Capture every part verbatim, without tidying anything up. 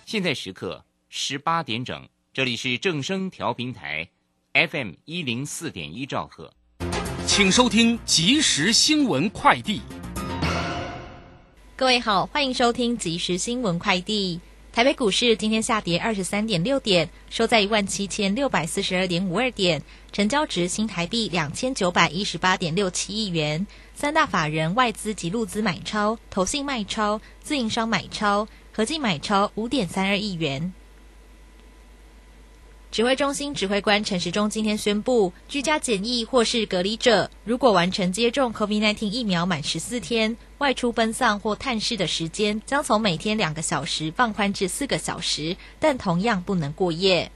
现在时刻十八点整，这里是正声调频台 F M 一零四点一兆赫， 请收听即时新闻快递。 各位好，欢迎收听即时新闻快递。台北股市今天下跌二十三点六点，收在一万七千六百四十二点五二点，成交值新台币两千九百一十八点六七亿元。三大法人外资及陆资买超，投信卖超，自营商买超，合计买超五点三二亿元。指挥中心指挥官陈时中今天宣布，居家检疫或是隔离者，如果完成接种 COVID 十九 疫苗满十四天，外出奔丧或探视的时间将从每天两个小时放宽至四个小时，但同样不能过夜。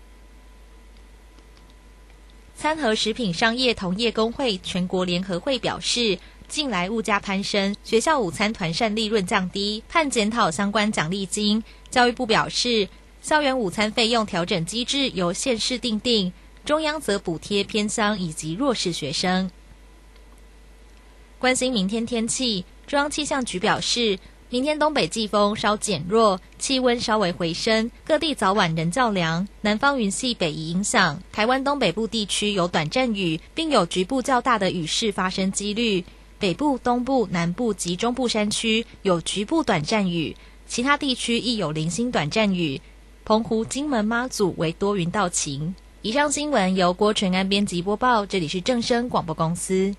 餐盒食品商业同业工会全国联合会表示，近来物价攀升，学校午餐团膳利润降低，盼检讨相关奖励金。教育部表示，校园午餐费用调整机制由县市订定，中央则补贴偏乡以及弱势学生。关心明天天气，中央气象局表示，明天东北季风稍减弱，气温稍微回升，各地早晚仍较凉，南方云系北移影响，台湾东北部地区有短暂雨，并有局部较大的雨势发生几率。北部、东部、南部及中部山区有局部短暂雨，其他地区亦有零星短暂雨。澎湖、金门、马祖为多云到晴。以上新闻由郭纯安编辑播报，这里是正声广播公司。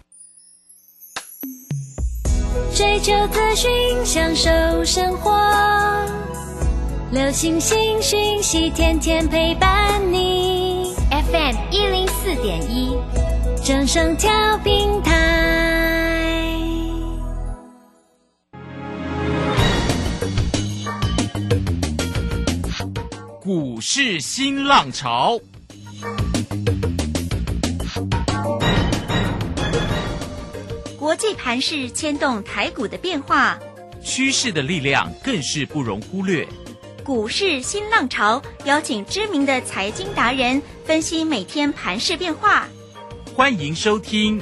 追求资讯，享受生活，流行新讯息，天天陪伴你。F M 一零四点一，正声调频台。 股市新浪潮， 国际盘势牵动台股的变化， 趋势的力量更是不容忽略。 股市新浪潮邀请知名的财经达人分析每天盘势变化。 欢迎收听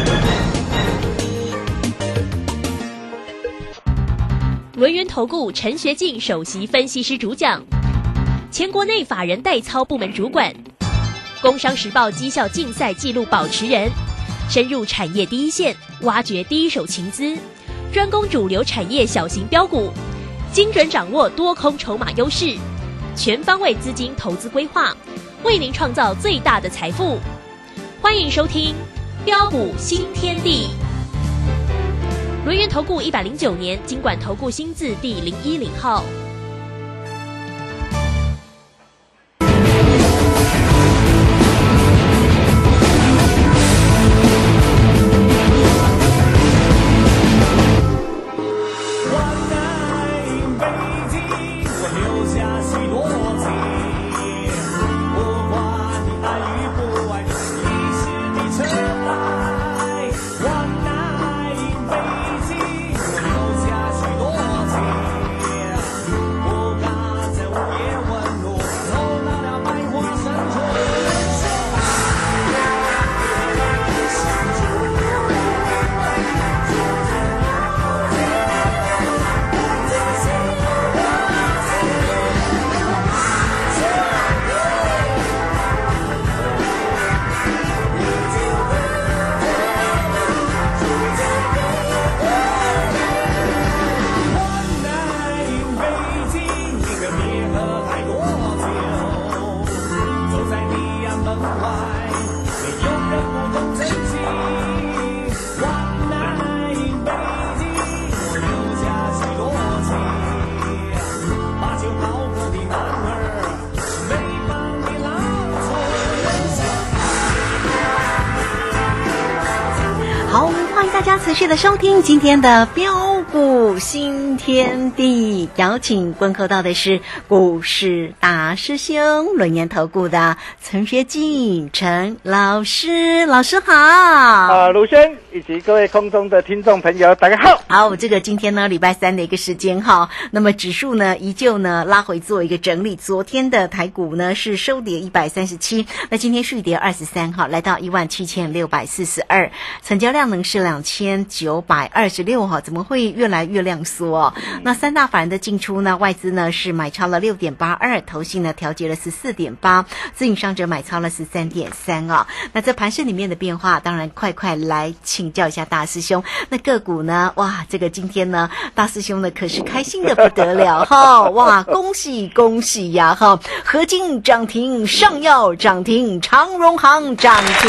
轮源投顾陈学进首席分析师主讲，前国内法人代操部门主管，工商时报绩效竞赛纪录保持人，深入产业第一线，挖掘第一手情资，专攻主流产业小型标股，精准掌握多空筹码优势，全方位资金投资规划，为您创造最大的财富。欢迎收听标股新天地。轮源投顾一百零九年金管投顾新字第零一零号。 持续的收听今天的标股新天地，邀请观看到的是股市大师兄轮研投顾的陈学进陈老师，老师好。 啊，鲁轩以及各位空中的听众朋友，大家好。 好，这个今天呢，礼拜三的一个时间哈，那么指数呢依旧呢拉回做一个整理，昨天的台股呢是收跌一百三十七，那今天续跌二十三哈，来到一万七千六百四十二，成交量呢是两千。 千九百二十六哈，怎么会越来越量缩哦？那三大法人的进出呢，外资呢是买超了六点八二，投信呢调节了十四点八，自营商者买超了十三点三啊。那这盘市里面的变化，当然快快来请教一下大师兄。那个股呢，哇，这个今天呢，大师兄呢可是开心的不得了哈，哇，恭喜恭喜呀哈！合金涨停，上药涨停，长荣航涨停。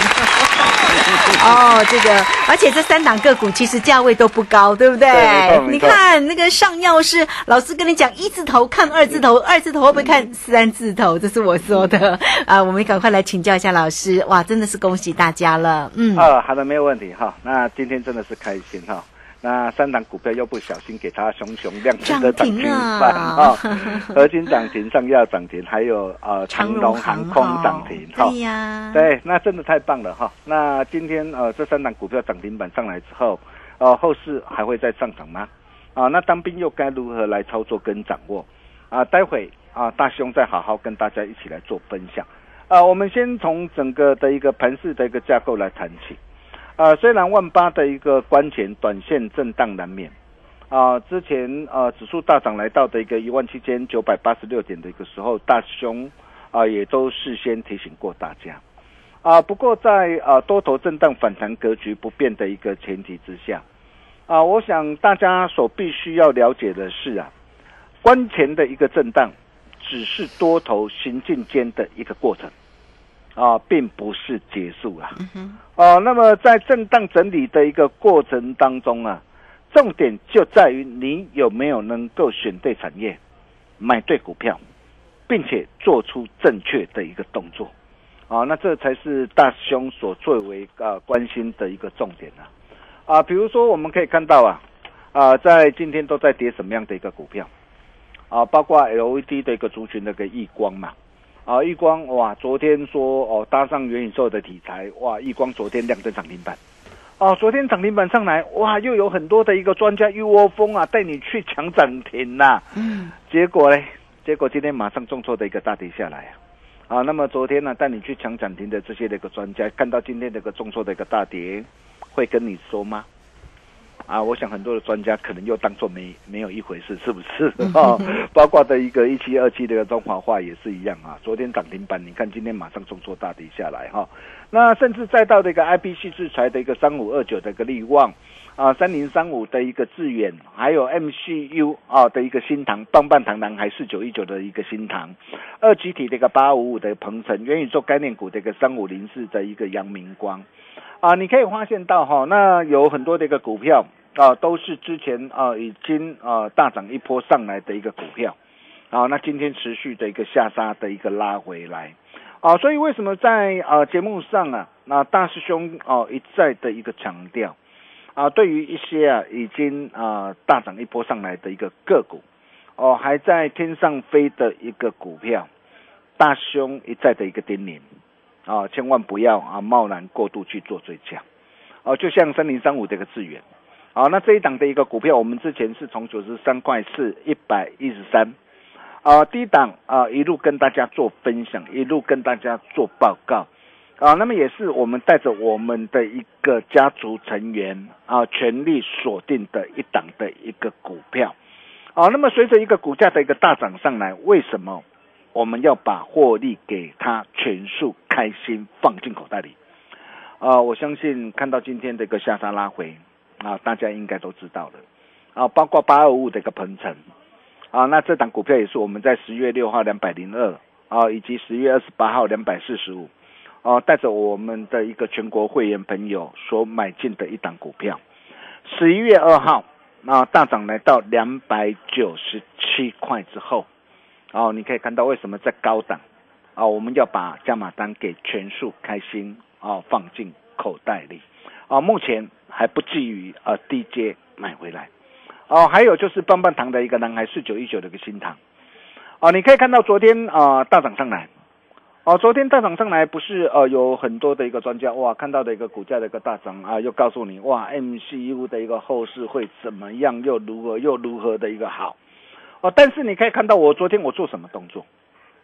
哦，这个，而且这三档个股其实价位都不高，对不对？ 对， 你看那个上药是老师跟你讲一字头看二字头，二字头会不会看三字头？这是我说的啊，我们赶快来请教一下老师。哇，真的是恭喜大家了，嗯。 啊，好的，没有问题哈。那今天真的是开心哈。那三档股票又不小心给它熊熊亮灯的涨停板啊，合金涨停，上药涨停，还有呃长荣航空涨停哈。 对呀， 对，那真的太棒了哈。那今天呃这三档股票涨停板上来之后，呃后市还会再上涨吗？啊，那当兵又该如何来操作跟掌握？啊，待会啊大兄再好好跟大家一起来做分享。啊，我们先从整个的一个盘势的一个架构来谈起。呃，虽然万八的一个关前短线震荡难免，啊、呃，之前呃指数大涨来到的一个一万七千九百八十六点的一个时候，大兄啊、呃、也都事先提醒过大家，啊、呃，不过在呃多头震荡反弹格局不变的一个前提之下，啊、呃，我想大家所必须要了解的是啊，关前的一个震荡只是多头行进间的一个过程。啊，并不是结束啊。嗯哦、啊，那么在震荡整理的一个过程当中啊，重点就在于你有没有能够选对产业，买对股票，并且做出正确的一个动作。啊，那这才是大兄所最为啊关心的一个重点啊。啊，比如说我们可以看到啊，啊，在今天都在跌什么样的一个股票？啊，包括 L E D 的一个族群的一个亿光嘛。啊，亿光哇，昨天说哦搭上元宇宙的题材，哇，亿光昨天亮灯涨停板，哦，昨天涨停板上来，哇，又有很多的一个专家一窝蜂啊，带你去抢涨停呐，嗯，结果呢，结果今天马上重挫的一个大跌下来啊，啊，那么昨天呢带你去抢涨停的这些的一个专家，看到今天这个重挫的一个大跌，会跟你说吗？啊，我想很多的专家可能又当作没没有一回事，是不是？哦，包括的一个一七二七的一个中华化也是一样啊。昨天涨停板，你看今天马上重挫大跌下来哈、哦。那甚至再到的一个 I P C 制裁的一个三五二九的一个力旺啊，三零三五的一个致远，还有 M C U 啊的一个新唐，棒棒糖男孩四九一九的一个新唐，二极体的一个八五五的鹏程，元宇宙概念股的一个三五零四的一个阳明光啊，你可以发现到哈、哦，那有很多的一个股票。啊，都是之前啊已经啊大涨一波上来的一个股票，啊，那今天持续的一个下杀的一个拉回来，啊，所以为什么在啊节目上啊，那大师兄啊一再的一个强调，啊，对于一些啊已经啊大涨一波上来的一个个股，哦、啊，还在天上飞的一个股票，大师兄一再的一个叮咛，啊，千万不要啊贸然过度去做追加，哦、啊，就像三零三五这个智原。好，那这一档的一个股票，我们之前是从九十三块四一百一十三，啊，低档啊一路跟大家做分享，一路跟大家做报告，啊，那么也是我们带着我们的一个家族成员啊，全力锁定的一档的一个股票，啊，那么随着一个股价的一个大涨上来，为什么我们要把获利给它全数开心放进口袋里？啊，我相信看到今天的一个下杀拉回。啊，大家应该都知道了，啊，包括八二五的一个鹏程，啊，那这档股票也是我们在十月六号两百零二，啊，以及十月二十八号两百四十五，啊，带着我们的一个全国会员朋友所买进的一档股票，十一月二号，啊，大涨来到两百九十七块之后，哦、啊，你可以看到为什么在高档，啊，我们要把加码单给全数开心啊放进口袋里。啊，目前还不至于呃低阶买回来，哦、啊，还有就是棒棒糖的一个男孩四九一九的一个新糖，啊，你可以看到昨天啊、呃、大涨上来，哦、啊，昨天大涨上来不是呃有很多的一个专家哇看到的一个股价的一个大涨啊，又告诉你哇 M C U 的一个后市会怎么样，又如何又如何的一个好，哦、啊，但是你可以看到我昨天我做什么动作，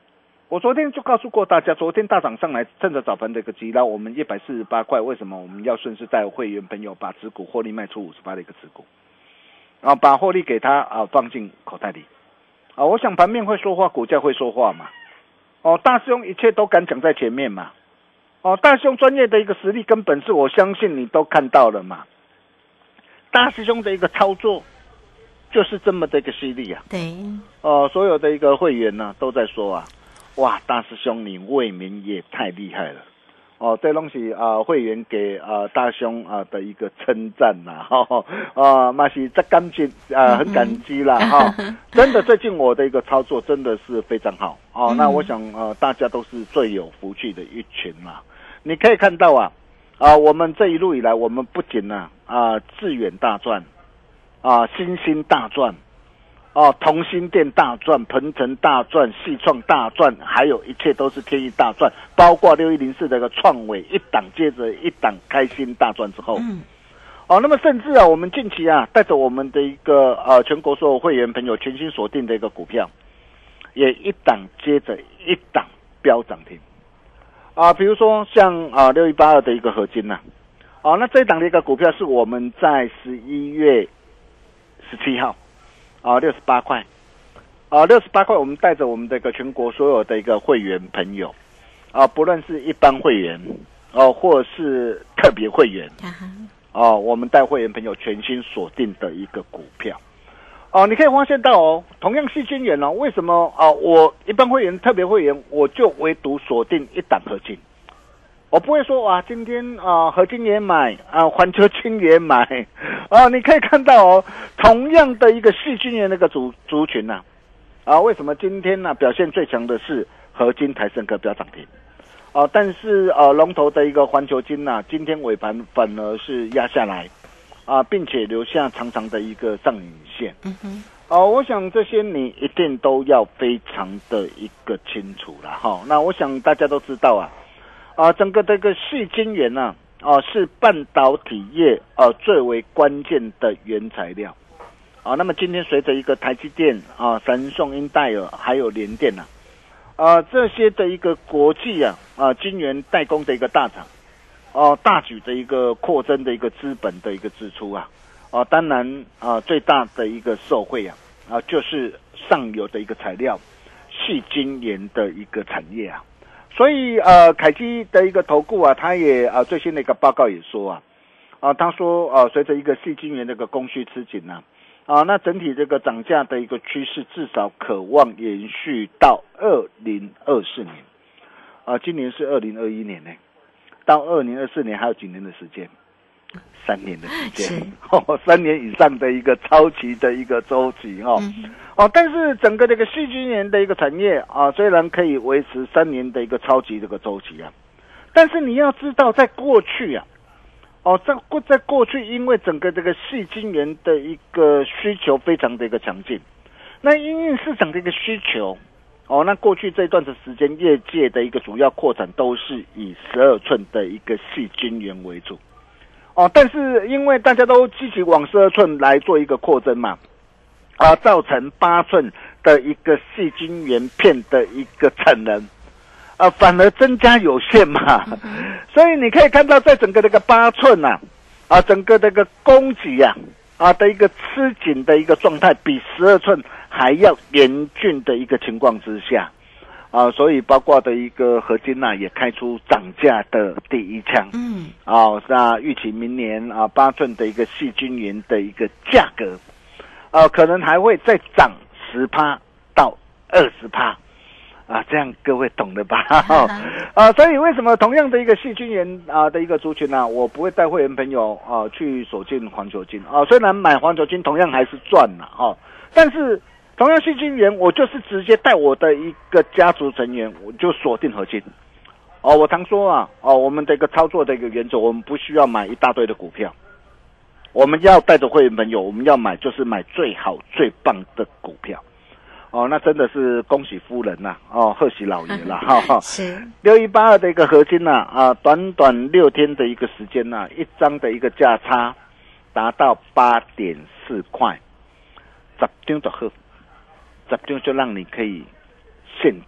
我昨天就告诉过大家，昨天大涨上来，趁着早盘的一个急拉，我们一百四十八块，为什么我们要顺势带会员朋友把持股获利卖出五十八的一个持股，啊，把获利给他啊放进口袋里，啊，我想盘面会说话，股价会说话嘛，哦，大师兄一切都敢讲在前面嘛，哦，大师兄专业的一个实力跟本事，我相信你都看到了嘛，大师兄的一个操作就是这么的一个犀利啊， 对， 哦，所有的一个会员呢都在说啊。哇，大师兄你未免也太厉害了哦！这东西啊，会员给啊大兄啊的一个称赞呐，哈啊，那是这感激啊，很感激啦哈、哦！真的，最近我的一个操作真的是非常好哦。那我想呃，大家都是最有福气的一群啦。你可以看到啊啊，我们这一路以来，我们不仅呢啊致远大赚啊，新兴大赚。哦，同心店大赚，鹏程大赚，细创大赚，还有一切都是天意大赚，包括六一零四的一个创伟一档接着一档开心大赚之后，嗯，哦，那么甚至啊，我们近期啊，带着我们的一个呃全国所有会员朋友全新锁定的一个股票，也一档接着一档飙涨停，啊，比如说像啊六一八二的一个合金呐、啊，哦，那这一档的一个股票是我们在十一月十七号。啊，六十八块，啊，六十八块，我们带着我们的一个全国所有的一个会员朋友，啊，不论是一般会员，哦、啊，或是特别会员，哦、啊，我们带会员朋友全新锁定的一个股票，哦、啊，你可以发现到哦，同样细晶圆哦，为什么啊？我一般会员、特别会员，我就唯独锁定一档合金。我不会说哇，今天啊，合金也买啊，环球金也买啊，你可以看到哦，同样的一个细晶圆那个族族群呐、啊，啊，为什么今天呢、啊、表现最强的是合金、台胜科飙涨停，啊，但是呃龙头的一个环球金呐、啊，今天尾盘反而是压下来，啊，并且留下长长的一个上影线，嗯哼，哦、啊，我想这些你一定都要非常的一个清楚了哈，那我想大家都知道啊。啊，整个这个矽晶圆呢、啊，啊是半导体业啊最为关键的原材料，啊，那么今天随着一个台积电啊、三送、英戴尔还有联电呐、啊，啊这些的一个国际啊啊晶圆代工的一个大厂，哦、啊、大举的一个扩增的一个资本的一个支出啊，啊当然啊最大的一个受惠啊啊就是上游的一个材料矽晶圆的一个产业啊。所以呃，凯基的一个投顾啊，他也啊、呃、最新的一个报告也说啊，啊他说啊，随着一个矽晶圆的一个供需吃紧呢、啊，啊那整体这个涨价的一个趋势至少可望延续到二零二四年，啊今年是二零二一年呢，到二零二四年还有几年的时间？三年的时间，哦，三年以上的一个超级的一个周期哦，嗯、哦，但是整个这个矽晶圆的一个产业啊，虽然可以维持三年的一个超级这个周期啊，但是你要知道，在过去啊，哦，在过在过去，因为整个这个矽晶圆的一个需求非常的一个强劲，那因应市场的一个需求，哦，那过去这一段的时间，业界的一个主要扩展都是以十二寸的一个矽晶圆为主。哦，但是因为大家都积极往十二寸来做一个扩增嘛，啊，造成八寸的一个矽晶圆片的一个产能，啊，反而增加有限嘛，嗯、所以你可以看到，在整个这个八寸呐、啊，啊，整个这个供给啊，啊的一个吃紧的一个状态，比十二寸还要严峻的一个情况之下。啊，所以包括的一个合金呐、啊，也开出涨价的第一枪。嗯，啊，那预期明年啊八寸的一个矽晶圆的一个价格，啊，可能还会再涨十趴到二十趴，啊，这样各位懂了吧？啊，所以为什么同样的一个矽晶圆啊的一个族群呢、啊，我不会带会员朋友啊去锁进环球金啊，虽然买环球金同样还是赚了啊，但是。同样矽晶圆，我就是直接带我的一个家族成员，我就锁定合金。哦，我常说啊，哦，我们的一个操作的一个原则，我们不需要买一大堆的股票，我们要带着会员朋友，我们要买就是买最好最棒的股票。哦，那真的是恭喜夫人呐、啊，哦，贺喜老爷啦，哈哈。是六一八二的一个合金呐、啊，啊，短短六天的一个时间呐、啊，一张的一个价差达到八点四块，十张就好。十张就让你可以现赚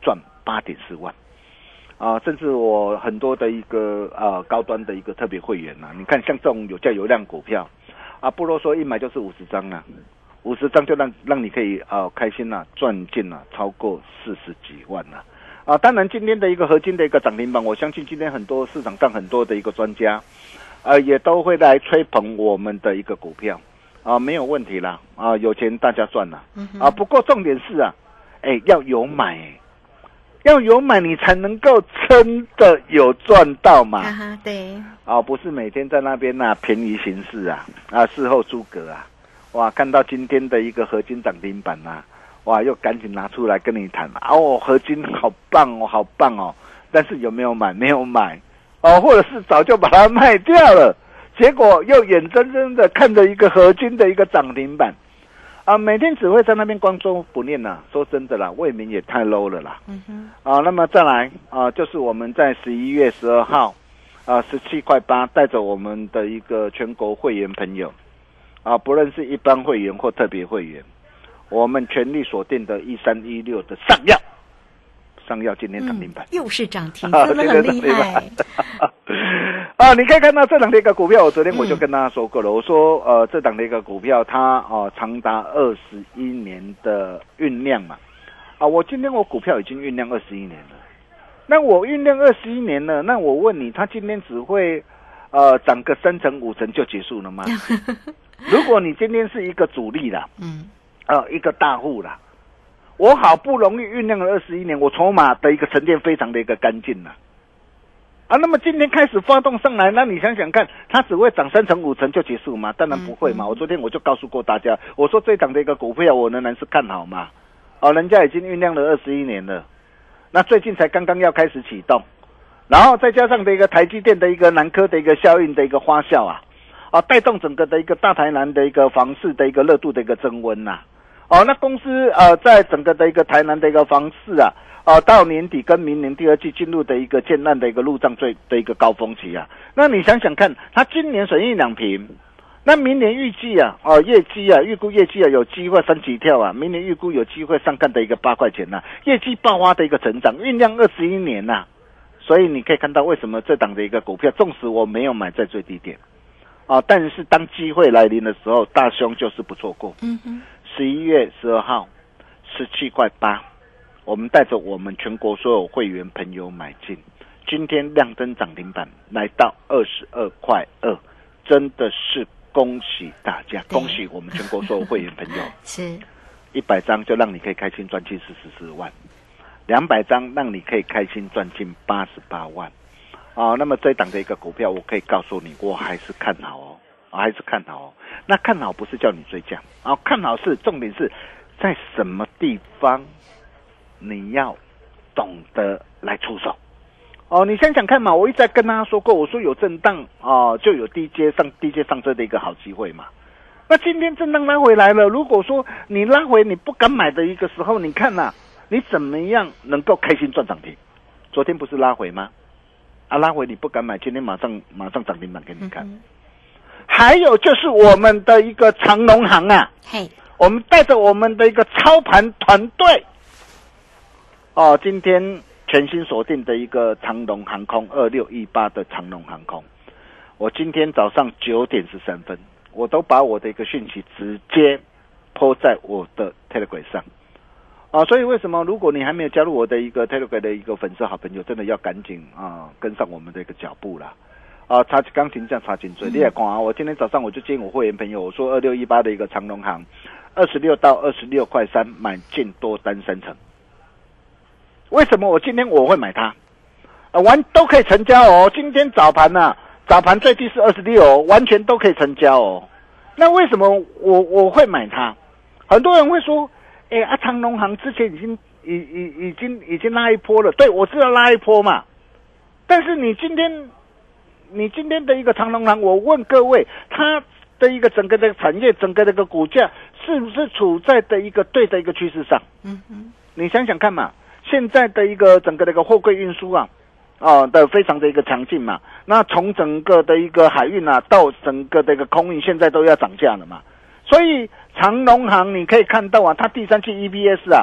八点四万。啊，甚至我很多的一个呃高端的一个特别会员呐、啊，你看像这种有价有量股票，啊，不如说一买就是五十张啊，五十张就让让你可以呃开心呐、啊，赚进了、啊、超过四十几万呐、啊，啊，当然今天的一个合金的一个涨停板，我相信今天很多市场上很多的一个专家，呃，也都会来吹捧我们的一个股票，啊，没有问题啦，啊，有钱大家赚啦，嗯、啊，不过重点是啊，哎，要有买、欸。要有买你才能够真的有赚到嘛， 哈哈，对， 啊，不是每天在那边啊便宜行事啊，啊，事后诸葛啊，哇，看到今天的一个合金涨停板啊，哇，又赶紧拿出来跟你谈哦，合金好棒哦，好棒哦，但是有没有买？没有买，哦，或者是早就把它卖掉了，结果又眼睁睁的看着一个合金的一个涨停板。啊，每天只会在那边光说不练呐、啊，说真的啦，未免也太 low 了啦。嗯哼。啊，那么再来啊，就是我们在十一月十二号，啊，十七块八，带着我们的一个全国会员朋友，啊，不论是一般会员或特别会员，我们全力锁定的一三一六的上药，上药今天涨停板、 嗯，又是涨停，真的很厉害。 啊，你可以看到这档的一个股票，我昨天我就跟大家说过了，嗯、我说呃，这档的一个股票它哦、呃、长达二十一年的酝酿嘛，啊，我今天我股票已经酝酿二十一年了，那我酝酿二十一年了，那我问你，它今天只会呃涨个三成五成就结束了吗？如果你今天是一个主力啦，嗯，呃一个大户啦，我好不容易酝酿了二十一年，我筹码的一个沉淀非常的一个干净啦。啊，那么今天开始发动上来，那你想想看，它只会涨三成五成就结束吗？当然不会嘛。嗯嗯、我昨天我就告诉过大家，我说这档的一个股票我仍然是看好嘛。哦，人家已经酝酿了二十一年了，那最近才刚刚要开始启动，然后再加上的一个台积电的一个南科的一个效应的一个发酵啊，啊，带动整个的一个大台南的一个房市的一个热度的一个增温呐、啊。哦，那公司呃，在整个的一个台南的一个房市啊。哦，到年底跟明年第二季进入的一个建案的一个入账最的一个高峰期啊，那你想想看，它今年损益两平，那明年预计啊，哦业绩啊，预估业绩啊有机会升级跳啊，明年预估有机会上看的一个八块钱呐、啊，业绩爆发的一个成长，酝酿二十一年呐、啊，所以你可以看到为什么这档的一个股票，纵使我没有买在最低点，啊，但是当机会来临的时候，大兄就是不错过。嗯哼，十一月十二号，十七块八。我们带着我们全国所有会员朋友买进，今天亮灯涨停板来到二十二块二，真的是恭喜大家，恭喜我们全国所有会员朋友。 是， 一百张就让你可以开心赚进四十四万，两百张让你可以开心赚进八十八万。啊，那么这一档的一个股票，我可以告诉你，我还是看好哦，我还是看好哦。那看好不是叫你追价啊，看好是重点是在什么地方。你要懂得来出手哦，你想想看嘛，我一直在跟大家说过，我说有震荡哦，就有低阶上低阶上车的一个好机会嘛。那今天震荡拉回来了，如果说你拉回你不敢买的一个时候，你看呐、啊，你怎么样能够开心赚涨停？昨天不是拉回吗？啊，拉回你不敢买，今天马上马上涨停板给你看。嗯、还有就是我们的一个长荣航啊，嘿，我们带着我们的一个操盘团队。哦，今天全新锁定的一个长荣航空二六一八的长荣航空，我今天早上九点十三分，我都把我的一个讯息直接 po 在我的 Telegram 上，啊，所以为什么如果你还没有加入我的一个 Telegram 的一个粉丝好朋友，真的要赶紧啊跟上我们的一个脚步啦，啊，差钢琴这样差紧嘴，你也看啊，我今天早上我就建议我会员朋友，我说二六一八的一个长荣航，二十六到二十六块三买进多单三成。为什么我今天我会买它？啊，完都可以成交哦。今天早盘呐、啊，早盘最低是二十六哦，完全都可以成交哦。那为什么我我会买它？很多人会说，哎啊，长荣航之前已经已已已经已经拉一波了，对，我知道拉一波嘛。但是你今天你今天的一个长荣航，我问各位，它的一个整个的产业，整个的一个股价，是不是处在的一个对的一个趋势上？嗯嗯，你想想看嘛。现在的一个整个的一个货柜运输啊，啊的非常的一个强劲嘛。那从整个的一个海运啊，到整个的一个空运，现在都要涨价了嘛。所以长荣航你可以看到啊，它第三季 E P S 啊，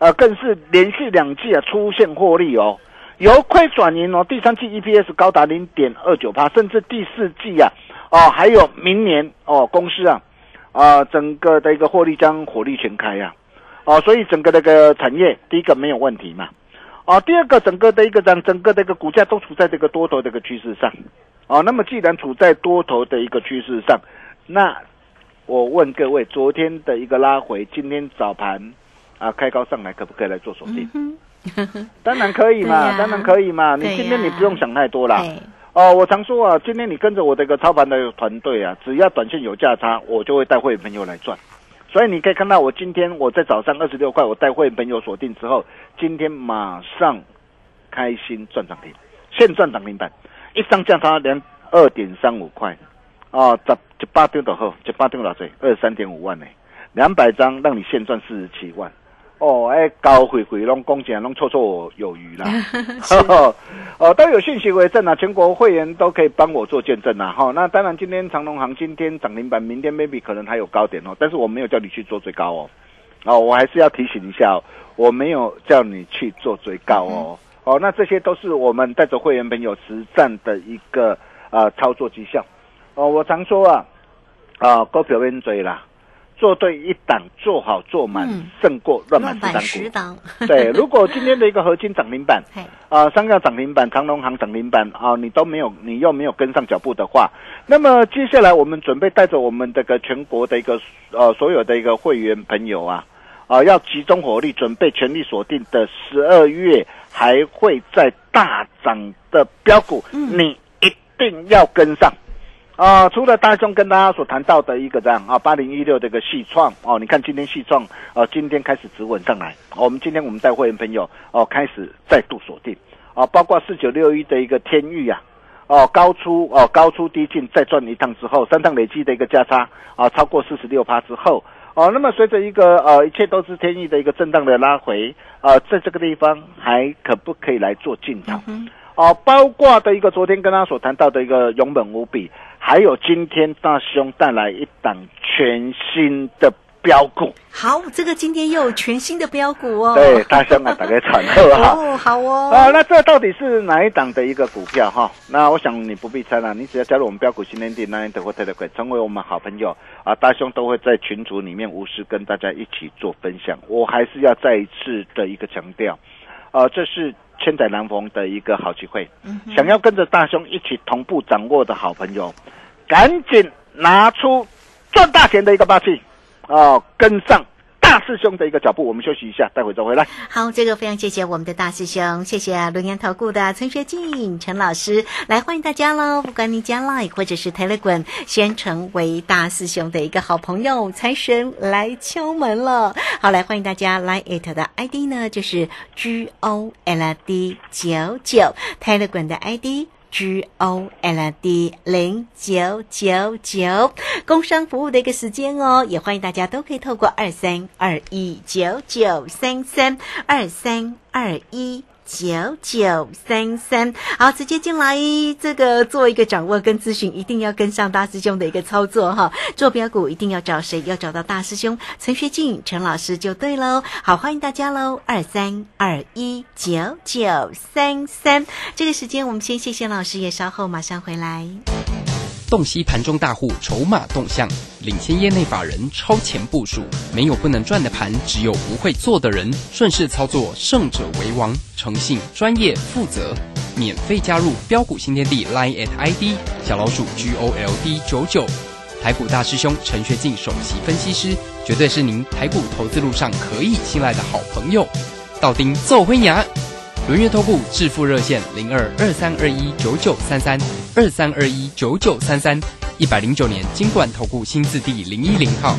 呃，更是连续两季啊出现获利哦，由亏转盈哦，第三季 E P S 高达 零点二九 甚至第四季啊，哦，还有明年哦，公司啊，啊、呃，整个的一个获利将火力全开啊，哦，所以整个那个产业，第一个没有问题嘛，哦，第二个整个的一个整整个的一个股价都处在这个多头的一个趋势上，哦，那么既然处在多头的一个趋势上，那我问各位，昨天的一个拉回，今天早盘啊开高上来，可不可以来做锁定？嗯当然可以嘛，啊、当然可以嘛。你今天你不用想太多啦。哦，我常说啊，今天你跟着我的一个操盘的团队啊，只要短线有价差，我就会带会员朋友来赚。所以你可以看到，我今天我在早上二十六块，我带会员朋友锁定之后，今天马上开心赚涨停，现赚涨停板，一张价差两二点三五块，哦，十一百张就好，一百张多少？二十三点五万呢，两百张让你现赚四十七万。哦，哎，高回回拢讲起来拢绰绰有余啦，哦，都有讯息为证啊，全国会员都可以帮我做见证啊，哈、哦，那当然今天长荣航今天涨停板，明天 maybe 可能还有高点哦，但是我没有叫你去做最高哦，哦，我还是要提醒一下哦，我没有叫你去做最高哦，哦，那这些都是我们带着会员朋友实战的一个呃操作绩效，哦，我常说啊，啊，股票边追啦。做对一档，做好做满，嗯、胜过乱买十档股。对，如果今天的一个合金涨停板，啊、呃，商药涨停板、长荣航涨停板啊、呃，你都没有，你又没有跟上脚步的话，那么接下来我们准备带着我们这个全国的一个呃所有的一个会员朋友啊，啊、呃，要集中火力，准备全力锁定的十二月还会在大涨的标股，嗯、你一定要跟上。啊、呃，除了大兄跟大家所谈到的一个这样啊，八零一六的一个细创哦，你看今天细创呃，今天开始止稳上来，我们今天我们带会员朋友哦、呃，开始再度锁定啊、呃，包括四九六一的一个天钰啊，哦、呃，高出哦、呃，高出低进再赚一趟之后，三趟累积的一个价差啊、呃，超过四十六趴之后哦、呃，那么随着一个呃，一切都是天意的一个震荡的拉回，呃，在这个地方还可不可以来做进场？嗯哦、呃，包括的一个昨天跟他所谈到的一个永本无比。还有今天大兄带来一档全新的标股， 好，这个今天又有全新的标股哦。 对，大兄啊，大家传贺哈。 哦，好哦。 啊，那这到底是哪一档的一个股票哈？那我想你不必猜了，你只要加入我们标股新天地 Nine 或 Telegram， 成为我们好朋友啊，大兄都会在群组里面无私跟大家一起做分享。我还是要再一次的一个强调，啊，这是千载难逢的一个好机会，嗯、想要跟着大兄一起同步掌握的好朋友，赶紧拿出赚大钱的一个霸气哦，跟上大师兄的一个脚步。我们休息一下，待会再回来。 好，这个非常谢谢我们的大师兄，谢谢轮研投顾的陈学进陈老师，来欢迎大家喽！不管你加 Line 或者是 Telegram， 先成为大师兄的一个好朋友，财神来敲门了。好，来欢迎大家 Line it 的 I D 呢，就是 G O L D 九九 ，Telegram 的 I D。G O L D 零九九九，工商服务的一个时间哦，也欢迎大家都可以透过二三二一九九三三二三二一。九九三三，好，直接进来这个做一个掌握跟咨询，一定要跟上大师兄的一个操作哈。做标股一定要找谁？要找到大师兄陈学进陈老师就对喽。好，欢迎大家喽，二三二一九九三三。这个时间我们先谢谢老师，也稍后马上回来。 洞悉盘中大户筹码动向，领先业内法人超前部署，没有不能赚的盘，只有不会做的人。顺势操作，胜者为王。诚信、专业、负责，免费加入标股新天地 Line at I D 小老鼠 G O L D 九九，台股大师兄陈学进首席分析师，绝对是您台股投资路上可以信赖的好朋友。道丁奏辉牙。轮月投顾致富热线零二二三二一九九三三二三二一九九三三，一百零九年金管投顾新字第零一零号。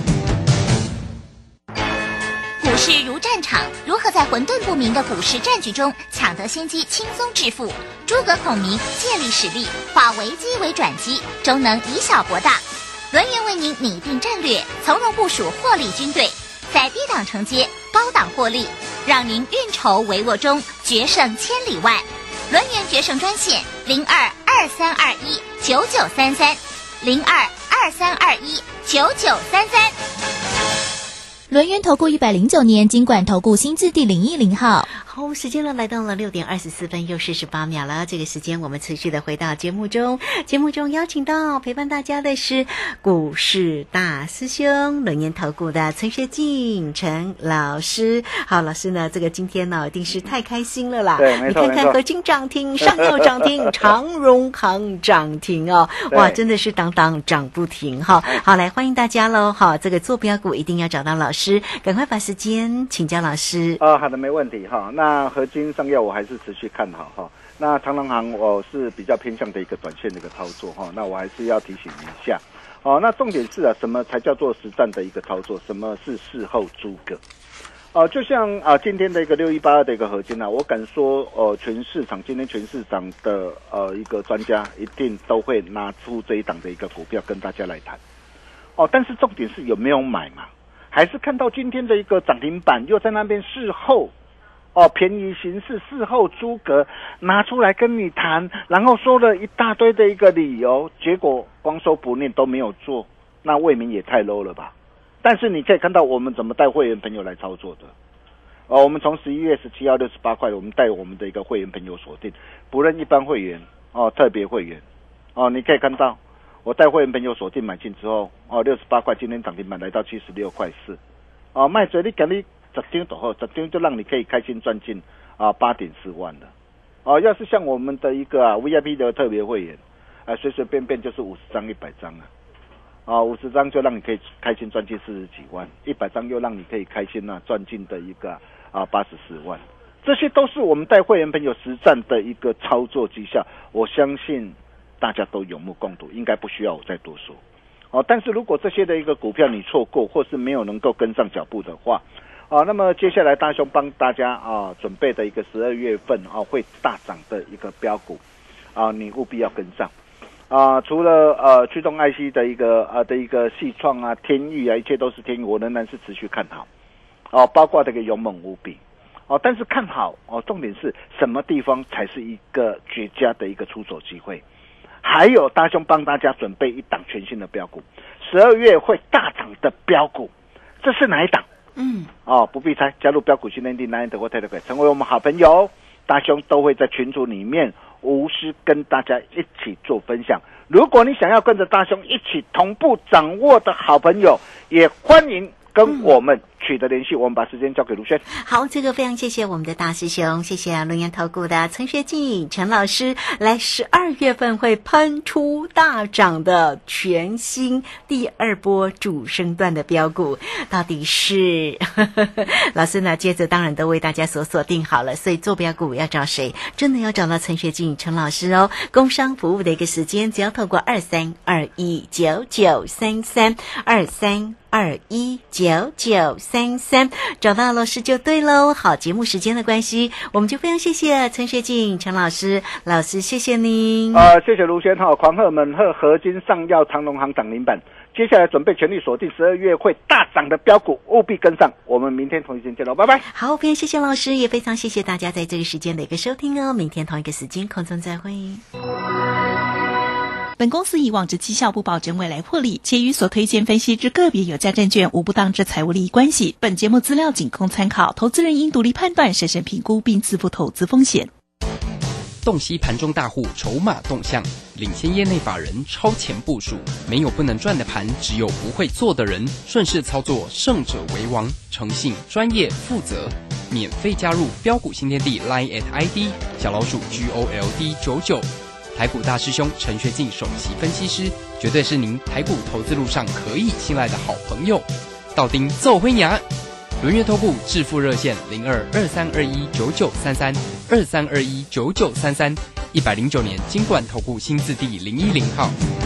股市如战场，如何在混沌不明的股市战局中抢得先机，轻松致富？诸葛孔明借力使力，化危机为转机，终能以小博大。轮源为您拟定战略，从容部署获利军队，在低档承接，高档获利，让您运筹帷幄中决胜千里外。轮源决胜专线零二二三二一九九三三零二二三二一九九三三。 轮源投顾一百零九年金管投顾新字第零一零号。 好，时间呢来到了六点二十四分又四十八秒了。这个时间我们持续的回到节目中，节目中邀请到陪伴大家的是股市大师兄轮源投顾的陈学进陈老师。好，老师呢，这个今天呢一定是太开心了啦！ 对，没错， 你看看合金涨停、上药涨停、长荣行涨停哦，哇，真的是档档涨不停哈！好，来欢迎大家喽！哈，这个做标股一定要找到老师，赶快把时间请教老师。 哦，好的，没问题哈。那合金上药我还是持续看好哈。那长荣行我是比较偏向的一个短线的一个操作哈。那我还是要提醒一下哦。那重点是啊，什么才叫做实战的一个操作？什么是事后诸葛？哦、呃，就像啊、呃、今天的一个六一八二的一个合金啊，我敢说呃全市场今天全市场的呃一个专家一定都会拿出这一档的一个股票跟大家来谈。哦，但是重点是有没有买嘛？还是看到今天的一个涨停板又在那边事后哦便宜行事，事后诸葛拿出来跟你谈，然后说了一大堆的一个理由，结果光说不练都没有做，那未免也太 low 了吧？但是你可以看到我们怎么带会员朋友来操作的。哦，我们从十一月十七号六十八块，我们带我们的一个会员朋友锁定，不论一般会员哦，特别会员哦，你可以看到。我带会员朋友锁定买进之后，哦，六十八块，今天涨停板来到七十六块四，哦，卖嘴你给你十张就好，十张就让你可以开心赚进啊八点四万了，哦，要是像我们的一个啊 V I P 的特别会员，啊随随便便就是五十张一百张啊，啊五十张就让你可以开心赚进四十几万，一百张又让你可以开心啊赚进的一个啊八十四万，这些都是我们带会员朋友实战的一个操作绩效，我相信。大家都有目共睹，应该不需要我再多说。哦，但是如果这些的一个股票你错过，或是没有能够跟上脚步的话，啊，那么接下来大兄帮大家啊准备的一个十二月份啊会大涨的一个标股，啊，你务必要跟上。啊，除了呃驱动 I C 的一个呃的一个细创啊、天域啊，一切都是天域，我仍然是持续看好。哦，包括这个勇猛无比。哦，但是看好哦，重点是什么地方才是一个绝佳的一个出手机会？还有大兄帮大家准备一档全新的标股，十二月会大涨的标股，这是哪一档？嗯，哦，不必猜，加入标股训练营 Line 或 Telegram， 成为我们好朋友，大兄都会在群组里面无私跟大家一起做分享。如果你想要跟着大兄一起同步掌握的好朋友，也欢迎跟我们取得联系，我们把时间交给卢轩。 好，这个非常谢谢我们的大师兄，谢谢轮源投顾的陈学进陈老师，来十二月份会喷出大涨的全新第二波主升段的标股，到底是呵呵老师呢？接着当然都为大家所锁定好了，所以做标股要找谁？真的要找到陈学进陈老师哦。工商服务的一个时间，只要透过二三二一九九三三二三。二一九九三三找到老师就对喽。好，节目时间的关系，我们就非常谢谢陈学进陈老师，老师谢谢您。 呃，谢谢卢轩哈，狂贺猛贺合金上药长荣行涨停板，接下来准备全力锁定十二月会大涨的标股，务必跟上。我们明天同一时间见喽，拜拜。 好，非常谢谢老师，也非常谢谢大家在这个时间的一个收听哦。明天同一个时间空中再会。 本公司以往之绩效不保证未来获利，且与所推荐分析之个别有价证券无不当之财务利益关系。本节目资料仅供参考，投资人应独立判断、审慎评估并自负投资风险。 洞悉盘中大户筹码动向，领先业内法人超前部署，没有不能赚的盘，只有不会做的人。顺势操作，胜者为王。诚信、专业、负责，免费加入标股新天地 Line at I D 小老鼠 G O L D 九九。台股大师兄陈学进首席分析师，绝对是您台股投资路上可以信赖的好朋友。道丁奏辉牙，轮月投顾致富热线零二二三二一九九三三二三二一九九三三，一百零九年金管投顾新字第零一零号。